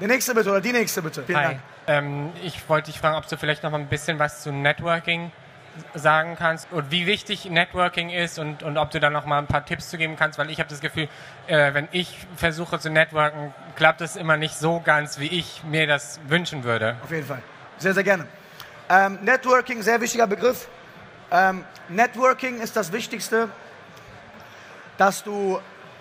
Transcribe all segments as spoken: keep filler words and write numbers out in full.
Der nächste bitte oder die nächste bitte. Vielen Hi. Dank. Ähm, ich wollte dich fragen, ob du vielleicht noch mal ein bisschen was zu Networking sagen kannst und wie wichtig Networking ist und, und ob du da noch mal ein paar Tipps zu geben kannst, weil ich habe das Gefühl, äh, wenn ich versuche zu networken, klappt es immer nicht so ganz, wie ich mir das wünschen würde. Auf jeden Fall. Sehr, sehr gerne. Ähm, Networking, sehr wichtiger Begriff. Ähm, Networking ist das Wichtigste, dass du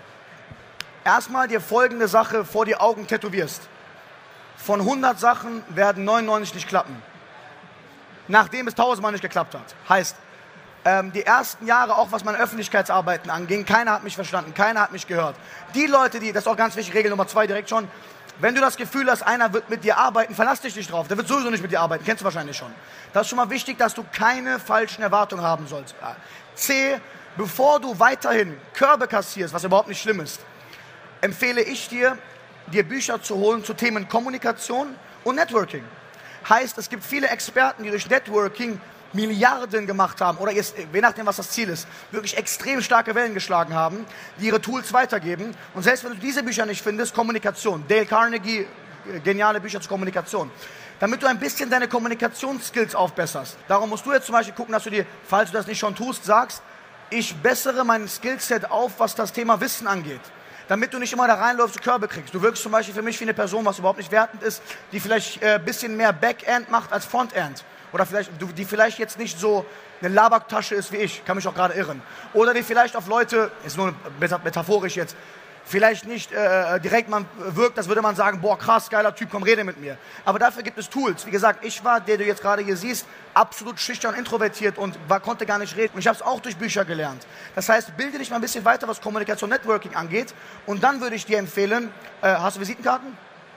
erstmal dir folgende Sache vor die Augen tätowierst. Von hundert Sachen werden neunundneunzig nicht klappen. Nachdem es tausendmal nicht geklappt hat. Heißt, ähm, die ersten Jahre, auch was meine Öffentlichkeitsarbeiten anging, keiner hat mich verstanden, keiner hat mich gehört. Die Leute, die, das ist auch ganz wichtig, Regel Nummer zwei direkt schon, wenn du das Gefühl hast, einer wird mit dir arbeiten, verlass dich nicht drauf, der wird sowieso nicht mit dir arbeiten, kennst du wahrscheinlich schon. Das ist schon mal wichtig, dass du keine falschen Erwartungen haben sollst. C, bevor du weiterhin Körbe kassierst, was überhaupt nicht schlimm ist, empfehle ich dir, dir Bücher zu holen zu Themen Kommunikation und Networking. Heißt, es gibt viele Experten, die durch Networking Milliarden gemacht haben oder jetzt, je nachdem, was das Ziel ist, wirklich extrem starke Wellen geschlagen haben, die ihre Tools weitergeben. Und selbst wenn du diese Bücher nicht findest, Kommunikation, Dale Carnegie, geniale Bücher zur Kommunikation, damit du ein bisschen deine Kommunikationsskills aufbesserst. Darum musst du jetzt zum Beispiel gucken, dass du dir, falls du das nicht schon tust, sagst, ich bessere mein Skillset auf, was das Thema Wissen angeht. Damit du nicht immer da reinläufst und Körbe kriegst. Du wirkst zum Beispiel für mich wie eine Person, was überhaupt nicht wertend ist, die vielleicht ein äh, bisschen mehr Backend macht als Frontend. Oder vielleicht, die vielleicht jetzt nicht so eine Labertasche ist wie ich, kann mich auch gerade irren. Oder die vielleicht auf Leute, ist nur metaphorisch jetzt, vielleicht nicht äh, direkt man wirkt, als würde man sagen, boah krass, geiler Typ, komm, rede mit mir. Aber dafür gibt es Tools. Wie gesagt, ich war, der du jetzt gerade hier siehst, absolut schüchtern, introvertiert und war, konnte gar nicht reden. Und ich habe es auch durch Bücher gelernt. Das heißt, bilde dich mal ein bisschen weiter, was Kommunikation, Networking angeht. Und dann würde ich dir empfehlen, äh, hast du Visitenkarten?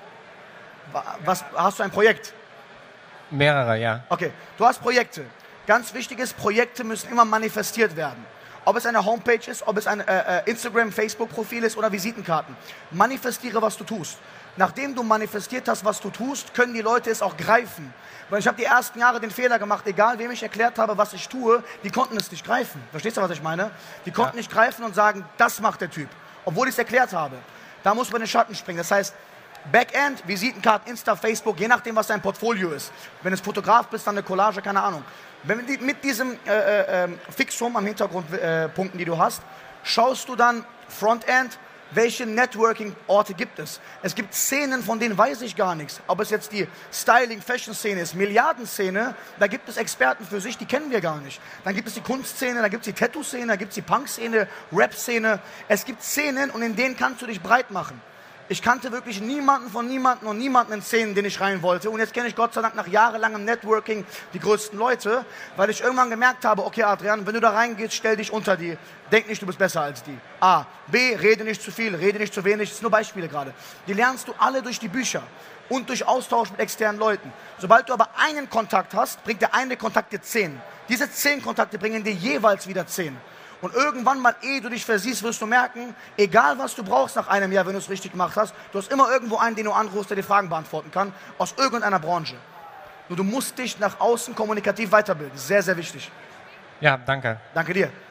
Was, hast du ein Projekt? Mehrere, ja. Okay, du hast Projekte. Ganz wichtig ist, Projekte müssen immer manifestiert werden. Ob es eine Homepage ist, ob es ein äh, Instagram, Facebook-Profil ist oder Visitenkarten. Manifestiere, was du tust. Nachdem du manifestiert hast, was du tust, können die Leute es auch greifen. Weil ich habe die ersten Jahre den Fehler gemacht, egal wem ich erklärt habe, was ich tue, die konnten es nicht greifen. Verstehst du, was ich meine? Die konnten ja. nicht greifen und sagen, das macht der Typ. Obwohl ich es erklärt habe. Da muss man in den Schatten springen. Das heißt, Backend, Visitenkarten, Insta, Facebook, je nachdem, was dein Portfolio ist. Wenn du Fotograf bist, dann eine Collage, keine Ahnung. Wenn die, mit diesem äh, äh, Fixum am Hintergrundpunkten, äh, die du hast, schaust du dann Frontend, welche Networking-Orte gibt es. Es gibt Szenen, von denen weiß ich gar nichts. Ob es jetzt die Styling-Fashion-Szene ist, Milliardenszene, da gibt es Experten für sich, die kennen wir gar nicht. Dann gibt es die Kunstszene, da gibt es die Tattoo-Szene, da gibt es die Punk-Szene, Rap-Szene. Es gibt Szenen und in denen kannst du dich breit machen. Ich kannte wirklich niemanden von niemanden und niemanden in Szenen, den ich rein wollte. Und jetzt kenne ich Gott sei Dank nach jahrelangem Networking die größten Leute, weil ich irgendwann gemerkt habe, okay Adrian, wenn du da reingehst, stell dich unter die. Denk nicht, du bist besser als die. A. B. Rede nicht zu viel, rede nicht zu wenig. Das sind nur Beispiele gerade. Die lernst du alle durch die Bücher und durch Austausch mit externen Leuten. Sobald du aber einen Kontakt hast, bringt der eine Kontakt dir zehn. Diese zehn Kontakte bringen dir jeweils wieder zehn. Und irgendwann mal, ehe du dich versiehst, wirst du merken, egal was du brauchst nach einem Jahr, wenn du es richtig gemacht hast, du hast immer irgendwo einen, den du anrufst, der dir Fragen beantworten kann, aus irgendeiner Branche. Nur du musst dich nach außen kommunikativ weiterbilden. Sehr, sehr wichtig. Ja, danke. Danke dir.